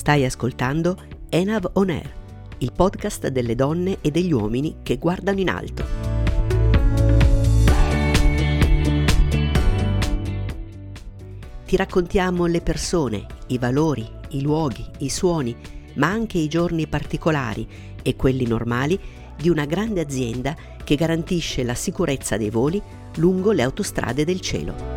Stai ascoltando ENAV On Air, il podcast delle donne e degli uomini che guardano in alto. Ti raccontiamo le persone, i valori, i luoghi, i suoni, ma anche i giorni particolari e quelli normali di una grande azienda che garantisce la sicurezza dei voli lungo le autostrade del cielo.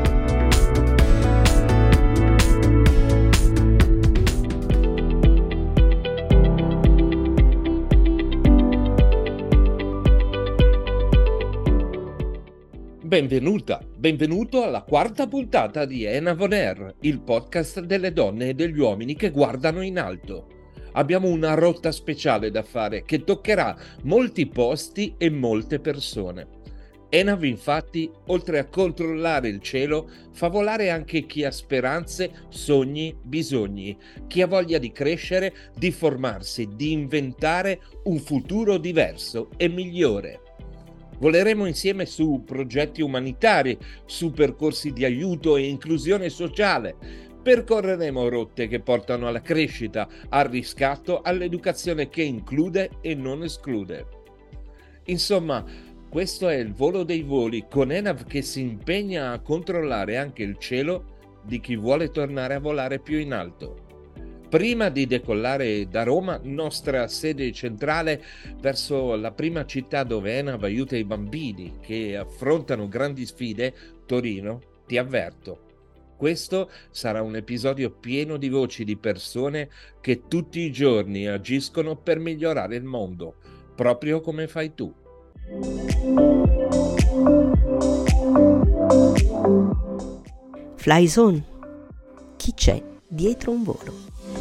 Benvenuto alla quarta puntata di ENAV On Air, il podcast delle donne e degli uomini che guardano in alto. Abbiamo una rotta speciale da fare che toccherà molti posti e molte persone. ENAV infatti, oltre a controllare il cielo, fa volare anche chi ha speranze, sogni, bisogni, chi ha voglia di crescere, di formarsi, di inventare un futuro diverso e migliore. Voleremo insieme su progetti umanitari, su percorsi di aiuto e inclusione sociale. Percorreremo rotte che portano alla crescita, al riscatto, all'educazione che include e non esclude. Insomma, questo è il volo dei voli con ENAV che si impegna a controllare anche il cielo di chi vuole tornare a volare più in alto. Prima di decollare da Roma, nostra sede centrale, verso la prima città dove ENAV aiuta i bambini che affrontano grandi sfide, Torino, ti avverto. Questo sarà un episodio pieno di voci di persone che tutti i giorni agiscono per migliorare il mondo, proprio come fai tu. Fly Zone. Chi c'è dietro un volo?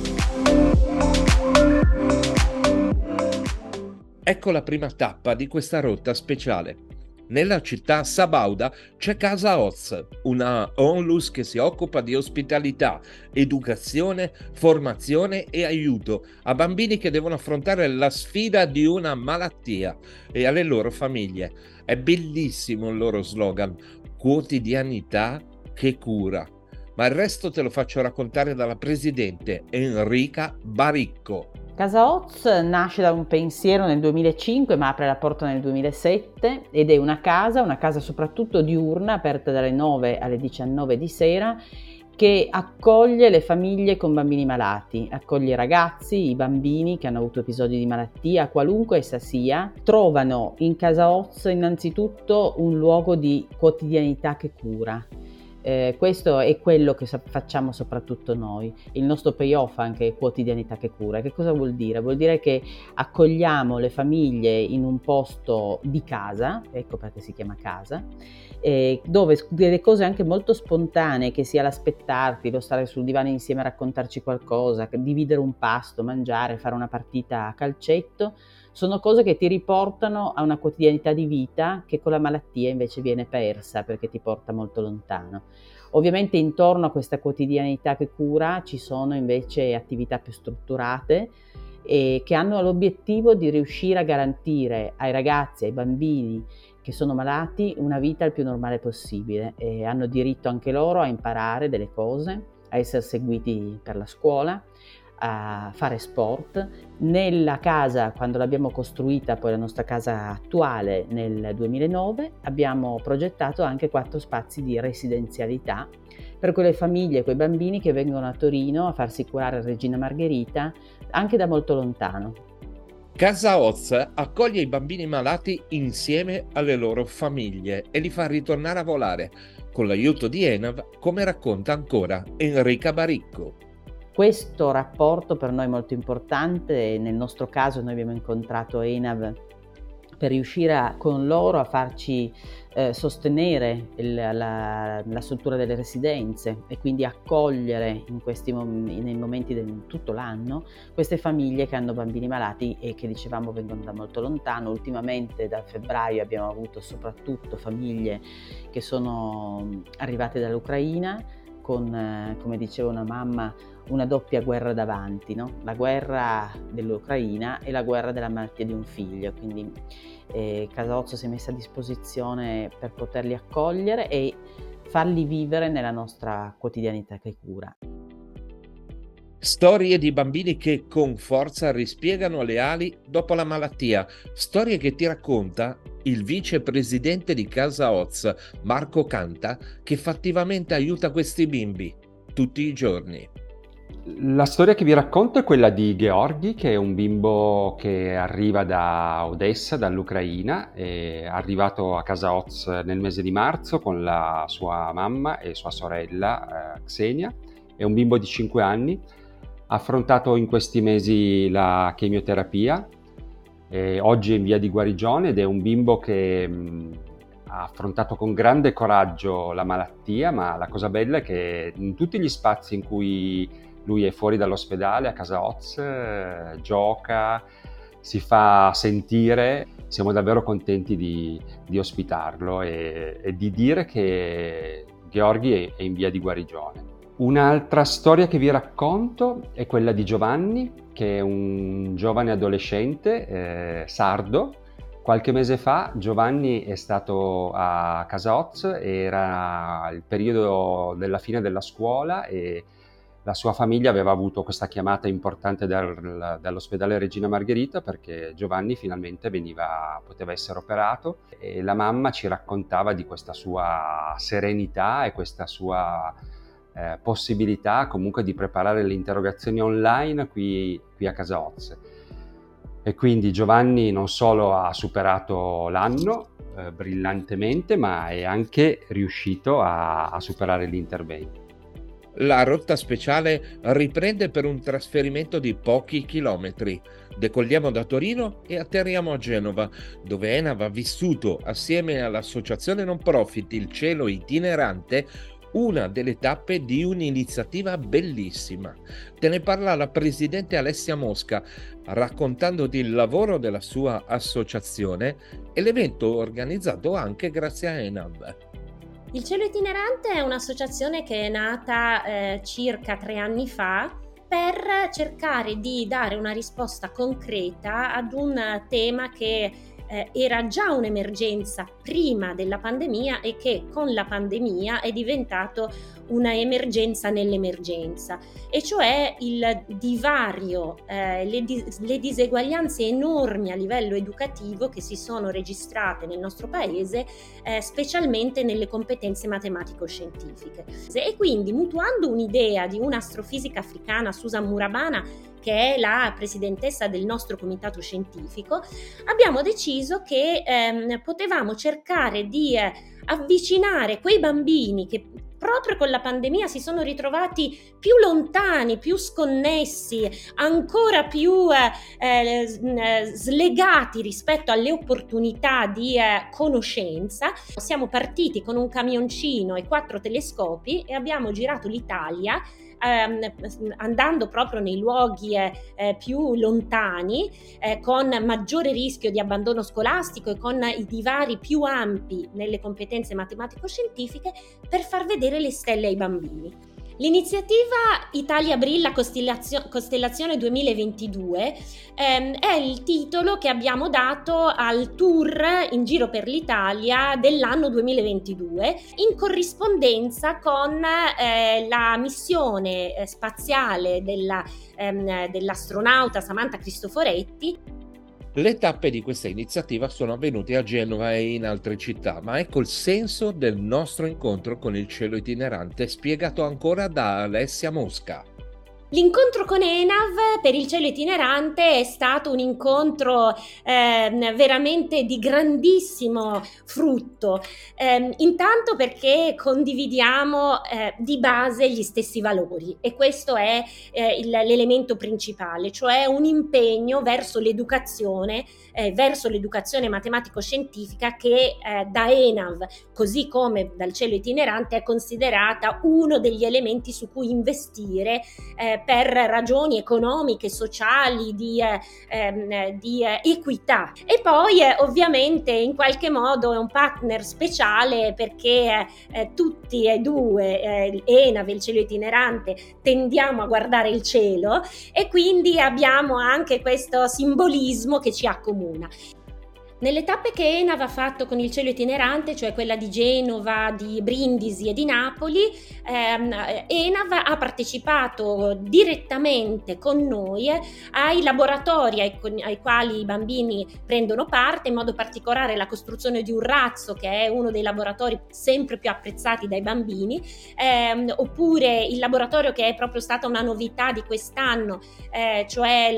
Ecco la prima tappa di questa rotta speciale. Nella città sabauda c'è Casa Oz, una onlus che si occupa di ospitalità, educazione, formazione e aiuto a bambini che devono affrontare la sfida di una malattia e alle loro famiglie. È bellissimo il loro slogan, quotidianità che cura. Ma il resto te lo faccio raccontare dalla presidente Enrica Baricco. Casa Oz nasce da un pensiero nel 2005 ma apre la porta nel 2007 ed è una casa soprattutto diurna aperta dalle 9 alle 19 di sera che accoglie le famiglie con bambini malati, accoglie i ragazzi, i bambini che hanno avuto episodi di malattia, qualunque essa sia, trovano in Casa Oz innanzitutto un luogo di quotidianità che cura. Questo è quello che facciamo soprattutto noi. Il nostro payoff anche è quotidianità che cura. Che cosa vuol dire? Vuol dire che accogliamo le famiglie in un posto di casa, ecco perché si chiama casa, dove delle cose anche molto spontanee, che sia l'aspettarti, lo stare sul divano insieme a raccontarci qualcosa, dividere un pasto, mangiare, fare una partita a calcetto, sono cose che ti riportano a una quotidianità di vita che con la malattia invece viene persa perché ti porta molto lontano. Ovviamente intorno a questa quotidianità che cura ci sono invece attività più strutturate e che hanno l'obiettivo di riuscire a garantire ai ragazzi, ai bambini che sono malati una vita il più normale possibile e hanno diritto anche loro a imparare delle cose, a essere seguiti per la scuola, a fare sport. Nella casa, quando l'abbiamo costruita, poi la nostra casa attuale nel 2009, abbiamo progettato anche 4 spazi di residenzialità per quelle famiglie, quei bambini che vengono a Torino a farsi curare a Regina Margherita anche da molto lontano. Casa Oz accoglie i bambini malati insieme alle loro famiglie e li fa ritornare a volare, con l'aiuto di ENAV, come racconta ancora Enrica Baricco. Questo rapporto per noi è molto importante. Nel nostro caso noi abbiamo incontrato ENAV per riuscire con loro a farci sostenere la struttura delle residenze e quindi accogliere nei momenti di tutto l'anno queste famiglie che hanno bambini malati e che dicevamo vengono da molto lontano. Ultimamente da febbraio abbiamo avuto soprattutto famiglie che sono arrivate dall'Ucraina con, come diceva una mamma, una doppia guerra davanti, no? La guerra dell'Ucraina e la guerra della malattia di un figlio, quindi Casa Oz si è messa a disposizione per poterli accogliere e farli vivere nella nostra quotidianità che cura. Storie di bambini che con forza rispiegano le ali dopo la malattia. Storie che ti racconta il vicepresidente di Casa Oz, Marco Canta, che fattivamente aiuta questi bimbi tutti i giorni. La storia che vi racconto è quella di Georgi, che è un bimbo che arriva da Odessa, dall'Ucraina, è arrivato a Casa Oz nel mese di marzo con la sua mamma e sua sorella Xenia. È un bimbo di 5 anni, ha affrontato in questi mesi la chemioterapia, oggi è in via di guarigione ed è un bimbo che ha affrontato con grande coraggio la malattia, ma la cosa bella è che in tutti gli spazi in cui lui è fuori dall'ospedale, a Casa Oz, gioca, si fa sentire. Siamo davvero contenti di ospitarlo e di dire che Georgi è in via di guarigione. Un'altra storia che vi racconto è quella di Giovanni, che è un giovane adolescente sardo. Qualche mese fa Giovanni è stato a Casa Oz, era il periodo della fine della scuola e la sua famiglia aveva avuto questa chiamata importante dall'ospedale Regina Margherita perché Giovanni finalmente poteva essere operato, e la mamma ci raccontava di questa sua serenità e questa sua possibilità comunque di preparare le interrogazioni online qui a Casa Oz. E quindi Giovanni non solo ha superato l'anno brillantemente, ma è anche riuscito a superare l'intervento. La rotta speciale riprende per un trasferimento di pochi chilometri. Decolliamo da Torino e atterriamo a Genova, dove Enav ha vissuto assieme all'associazione non profit Il Cielo Itinerante una delle tappe di un'iniziativa bellissima. Te ne parla la presidente Alessia Mosca, raccontandoti il lavoro della sua associazione e l'evento organizzato anche grazie a Enav. Il Cielo Itinerante è un'associazione che è nata circa 3 anni fa per cercare di dare una risposta concreta ad un tema che era già un'emergenza prima della pandemia e che con la pandemia è diventato una emergenza nell'emergenza, e cioè il divario, le diseguaglianze enormi a livello educativo che si sono registrate nel nostro paese, specialmente nelle competenze matematico-scientifiche. E quindi, mutuando un'idea di un'astrofisica africana, Susan Murabana, che è la presidentessa del nostro comitato scientifico, abbiamo deciso che potevamo cercare di avvicinare quei bambini che proprio con la pandemia si sono ritrovati più lontani, più sconnessi, ancora più slegati rispetto alle opportunità di conoscenza. Siamo partiti con un camioncino e 4 telescopi e abbiamo girato l'Italia, andando proprio nei luoghi più lontani, con maggiore rischio di abbandono scolastico e con i divari più ampi nelle competenze matematico-scientifiche, per far vedere le stelle ai bambini. L'iniziativa Italia Brilla Costellazione 2022 è il titolo che abbiamo dato al tour in giro per l'Italia dell'anno 2022, in corrispondenza con la missione spaziale dell'astronauta Samantha Cristoforetti. Le tappe di questa iniziativa sono avvenute a Genova e in altre città, ma ecco il senso del nostro incontro con il Cielo Itinerante, spiegato ancora da Alessia Mosca. L'incontro con Enav per il Cielo Itinerante è stato un incontro veramente di grandissimo frutto, intanto perché condividiamo di base gli stessi valori, e questo è l'elemento principale, cioè un impegno verso l'educazione matematico-scientifica che da Enav, così come dal Cielo Itinerante, è considerata uno degli elementi su cui investire per ragioni economiche, sociali, di equità. E poi ovviamente in qualche modo è un partner speciale perché tutti e due, Enav e il Cielo Itinerante, tendiamo a guardare il cielo, e quindi abbiamo anche questo simbolismo che ci accomuna. Nelle tappe che ENAV ha fatto con il cielo itinerante, cioè quella di Genova, di Brindisi e di Napoli, ENAV ha partecipato direttamente con noi ai laboratori ai quali i bambini prendono parte, in modo particolare la costruzione di un razzo, che è uno dei laboratori sempre più apprezzati dai bambini, oppure il laboratorio che è proprio stata una novità di quest'anno, cioè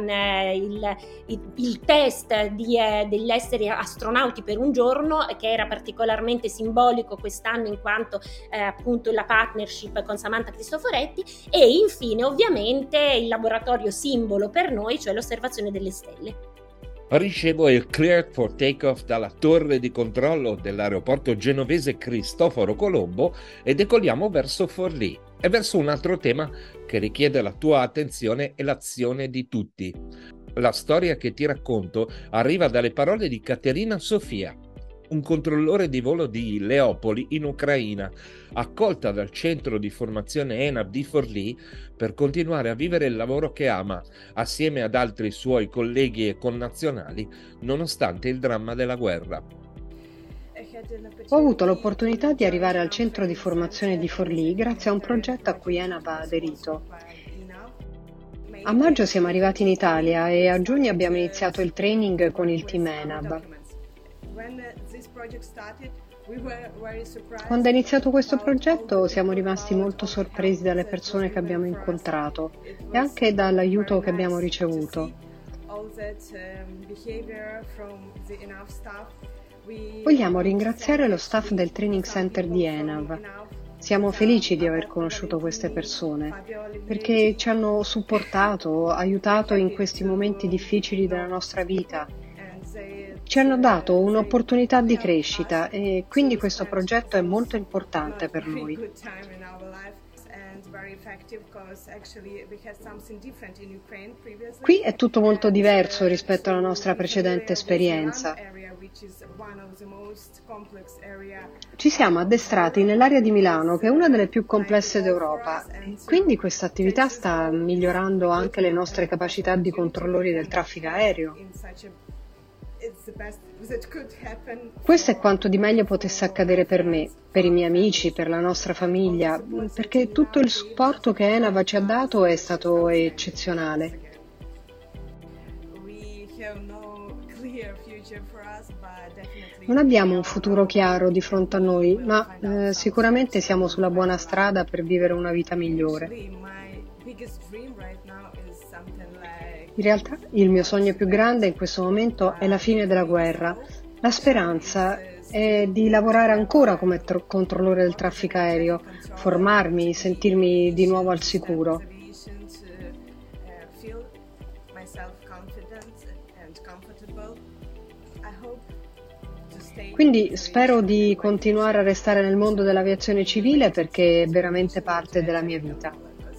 il test degli esseri astronauti per un giorno, che era particolarmente simbolico quest'anno in quanto appunto la partnership con Samantha Cristoforetti, e infine ovviamente il laboratorio simbolo per noi, cioè l'osservazione delle stelle. Ricevo il clear for takeoff dalla torre di controllo dell'aeroporto genovese Cristoforo Colombo e decolliamo verso Forlì e verso un altro tema che richiede la tua attenzione e l'azione di tutti. La storia che ti racconto arriva dalle parole di Caterina Sofia, un controllore di volo di Leopoli in Ucraina, accolta dal centro di formazione ENAV di Forlì per continuare a vivere il lavoro che ama, assieme ad altri suoi colleghi e connazionali, nonostante il dramma della guerra. Ho avuto l'opportunità di arrivare al centro di formazione di Forlì grazie a un progetto a cui ENAV ha aderito. A maggio siamo arrivati in Italia e a giugno abbiamo iniziato il training con il team ENAV. Quando è iniziato questo progetto siamo rimasti molto sorpresi dalle persone che abbiamo incontrato e anche dall'aiuto che abbiamo ricevuto. Vogliamo ringraziare lo staff del Training Center di ENAV. Siamo felici di aver conosciuto queste persone perché ci hanno supportato, aiutato in questi momenti difficili della nostra vita. Ci hanno dato un'opportunità di crescita e quindi questo progetto è molto importante per noi. Qui è tutto molto diverso rispetto alla nostra precedente esperienza. Ci siamo addestrati nell'area di Milano, che è una delle più complesse d'Europa, e quindi questa attività sta migliorando anche le nostre capacità di controllori del traffico aereo. Questo è quanto di meglio potesse accadere per me, per i miei amici, per la nostra famiglia, perché tutto il supporto che ENAV ci ha dato è stato eccezionale. Non abbiamo un futuro chiaro di fronte a noi, ma sicuramente siamo sulla buona strada per vivere una vita migliore. In realtà il mio sogno più grande in questo momento è la fine della guerra. La speranza è di lavorare ancora come controllore del traffico aereo, formarmi, sentirmi di nuovo al sicuro. Quindi spero di continuare a restare nel mondo dell'aviazione civile perché è veramente parte della mia vita.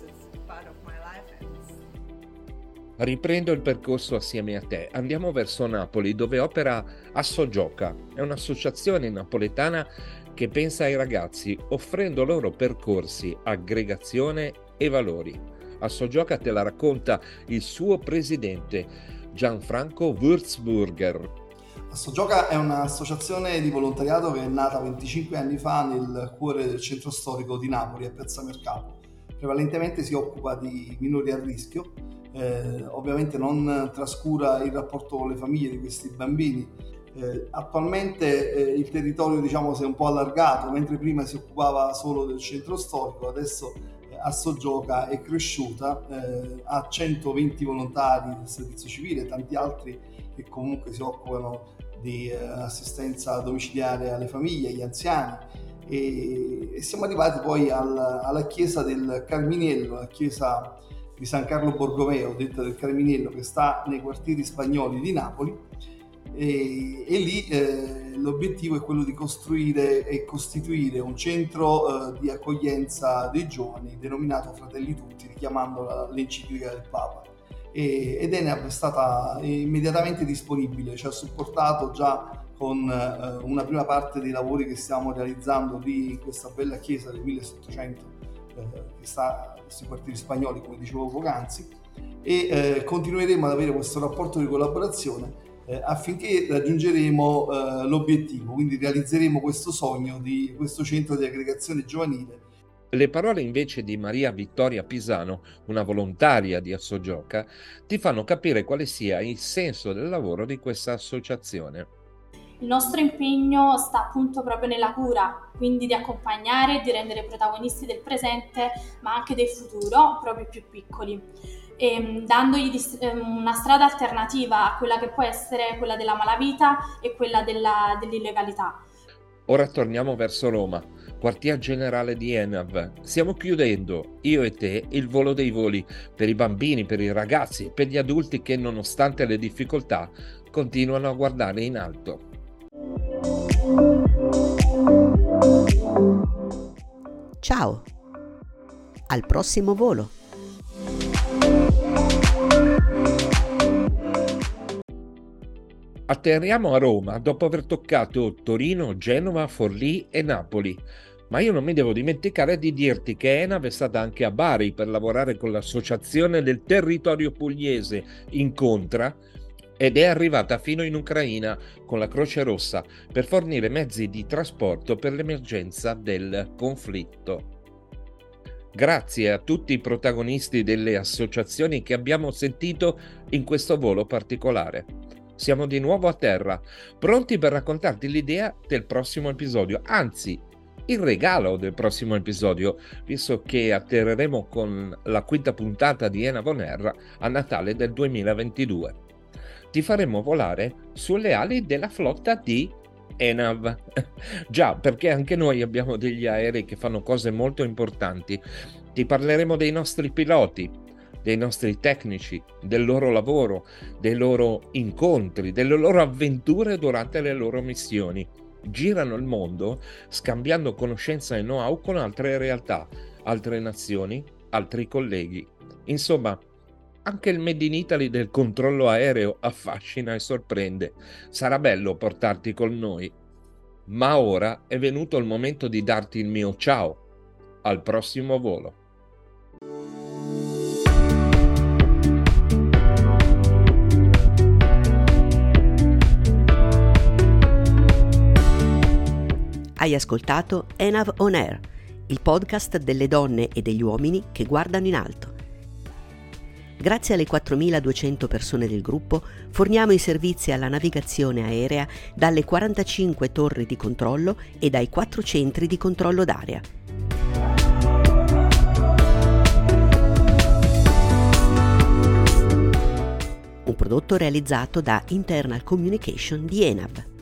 Riprendo il percorso assieme a te. Andiamo verso Napoli, dove opera Assogioca. È un'associazione napoletana che pensa ai ragazzi, offrendo loro percorsi, aggregazione e valori. Assogioca te la racconta il suo presidente, Gianfranco Würzburger. Assogioca è un'associazione di volontariato che è nata 25 anni fa nel cuore del centro storico di Napoli, a Piazza Mercato. Prevalentemente si occupa di minori a rischio. Ovviamente non trascura il rapporto con le famiglie di questi bambini. Attualmente il territorio si è un po' allargato, mentre prima si occupava solo del centro storico, adesso Assogioca è cresciuta, ha 120 volontari del servizio civile e tanti altri che comunque si occupano di assistenza domiciliare alle famiglie, agli anziani. E siamo arrivati poi alla chiesa del Carminiello, la chiesa di San Carlo Borromeo, detta del Carminiello, che sta nei quartieri spagnoli di Napoli, e lì l'obiettivo è quello di costruire e costituire un centro di accoglienza dei giovani denominato Fratelli Tutti, richiamando l'enciclica del Papa. Ed ENAV è stata immediatamente disponibile, ci ha supportato già con una prima parte dei lavori che stiamo realizzando lì in questa bella chiesa del 1700 che sta sui quartieri spagnoli, come dicevo poc'anzi, e continueremo ad avere questo rapporto di collaborazione affinché raggiungeremo l'obiettivo, quindi realizzeremo questo sogno di questo centro di aggregazione giovanile. Le parole invece di Maria Vittoria Pisano, una volontaria di Assogioca, ti fanno capire quale sia il senso del lavoro di questa associazione. Il nostro impegno sta appunto proprio nella cura, quindi di accompagnare e di rendere protagonisti del presente, ma anche del futuro, proprio i più piccoli, e dandogli una strada alternativa a quella che può essere quella della malavita e quella dell'illegalità. Ora torniamo verso Roma, quartier generale di ENAV. Stiamo chiudendo, io e te, il volo dei voli per i bambini, per i ragazzi e per gli adulti che, nonostante le difficoltà, continuano a guardare in alto. Ciao, al prossimo volo! Atterriamo a Roma dopo aver toccato Torino, Genova, Forlì e Napoli. Ma io non mi devo dimenticare di dirti che ENAV è stata anche a Bari per lavorare con l'Associazione del Territorio Pugliese Incontra ed è arrivata fino in Ucraina con la Croce Rossa per fornire mezzi di trasporto per l'emergenza del conflitto. Grazie a tutti i protagonisti delle associazioni che abbiamo sentito in questo volo particolare. Siamo di nuovo a terra, pronti per raccontarti l'idea del prossimo episodio, anzi il regalo del prossimo episodio, visto che atterreremo con la quinta puntata di ENAV On Air a Natale del 2022. Ti faremo volare sulle ali della flotta di ENAV. Già, perché anche noi abbiamo degli aerei che fanno cose molto importanti. Ti parleremo dei nostri piloti, dei nostri tecnici, del loro lavoro, dei loro incontri, delle loro avventure durante le loro missioni. Girano il mondo scambiando conoscenza e know-how con altre realtà, altre nazioni, altri colleghi. Insomma, anche il Made in Italy del controllo aereo affascina e sorprende. Sarà bello portarti con noi. Ma ora è venuto il momento di darti il mio ciao. Al prossimo volo. Hai ascoltato ENAV On Air, il podcast delle donne e degli uomini che guardano in alto. Grazie alle 4.200 persone del gruppo forniamo i servizi alla navigazione aerea dalle 45 torri di controllo e dai 4 centri di controllo d'aria. Un prodotto realizzato da Internal Communication di ENAV.